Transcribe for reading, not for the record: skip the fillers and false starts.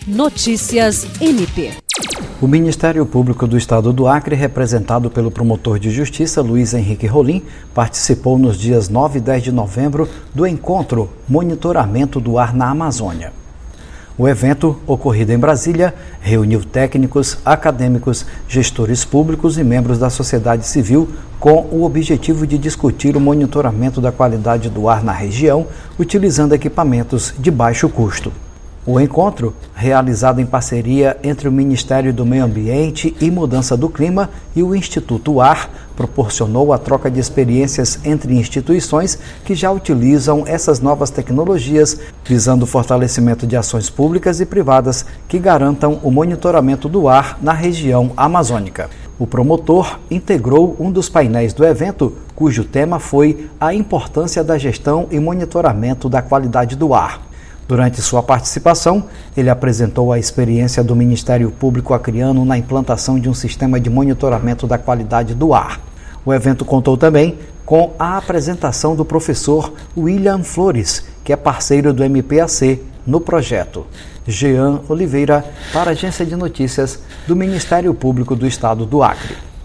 Notícias MP. O Ministério Público do Estado do Acre, representado pelo promotor de justiça Luiz Henrique Rolim, participou nos dias 9 e 10 de novembro do encontro Monitoramento do Ar na Amazônia. O evento, ocorrido em Brasília, reuniu técnicos, acadêmicos, gestores públicos e membros da sociedade civil com o objetivo de discutir o monitoramento da qualidade do ar na região, utilizando equipamentos de baixo custo. O encontro, realizado em parceria entre o Ministério do Meio Ambiente e Mudança do Clima e o Instituto Ar, proporcionou a troca de experiências entre instituições que já utilizam essas novas tecnologias, visando o fortalecimento de ações públicas e privadas que garantam o monitoramento do ar na região amazônica. O promotor integrou um dos painéis do evento, cujo tema foi a importância da gestão e monitoramento da qualidade do ar. Durante sua participação, ele apresentou a experiência do Ministério Público acreano na implantação de um sistema de monitoramento da qualidade do ar. O evento contou também com a apresentação do professor William Flores, que é parceiro do MPAC no projeto. Jean Oliveira, para a Agência de Notícias do Ministério Público do Estado do Acre.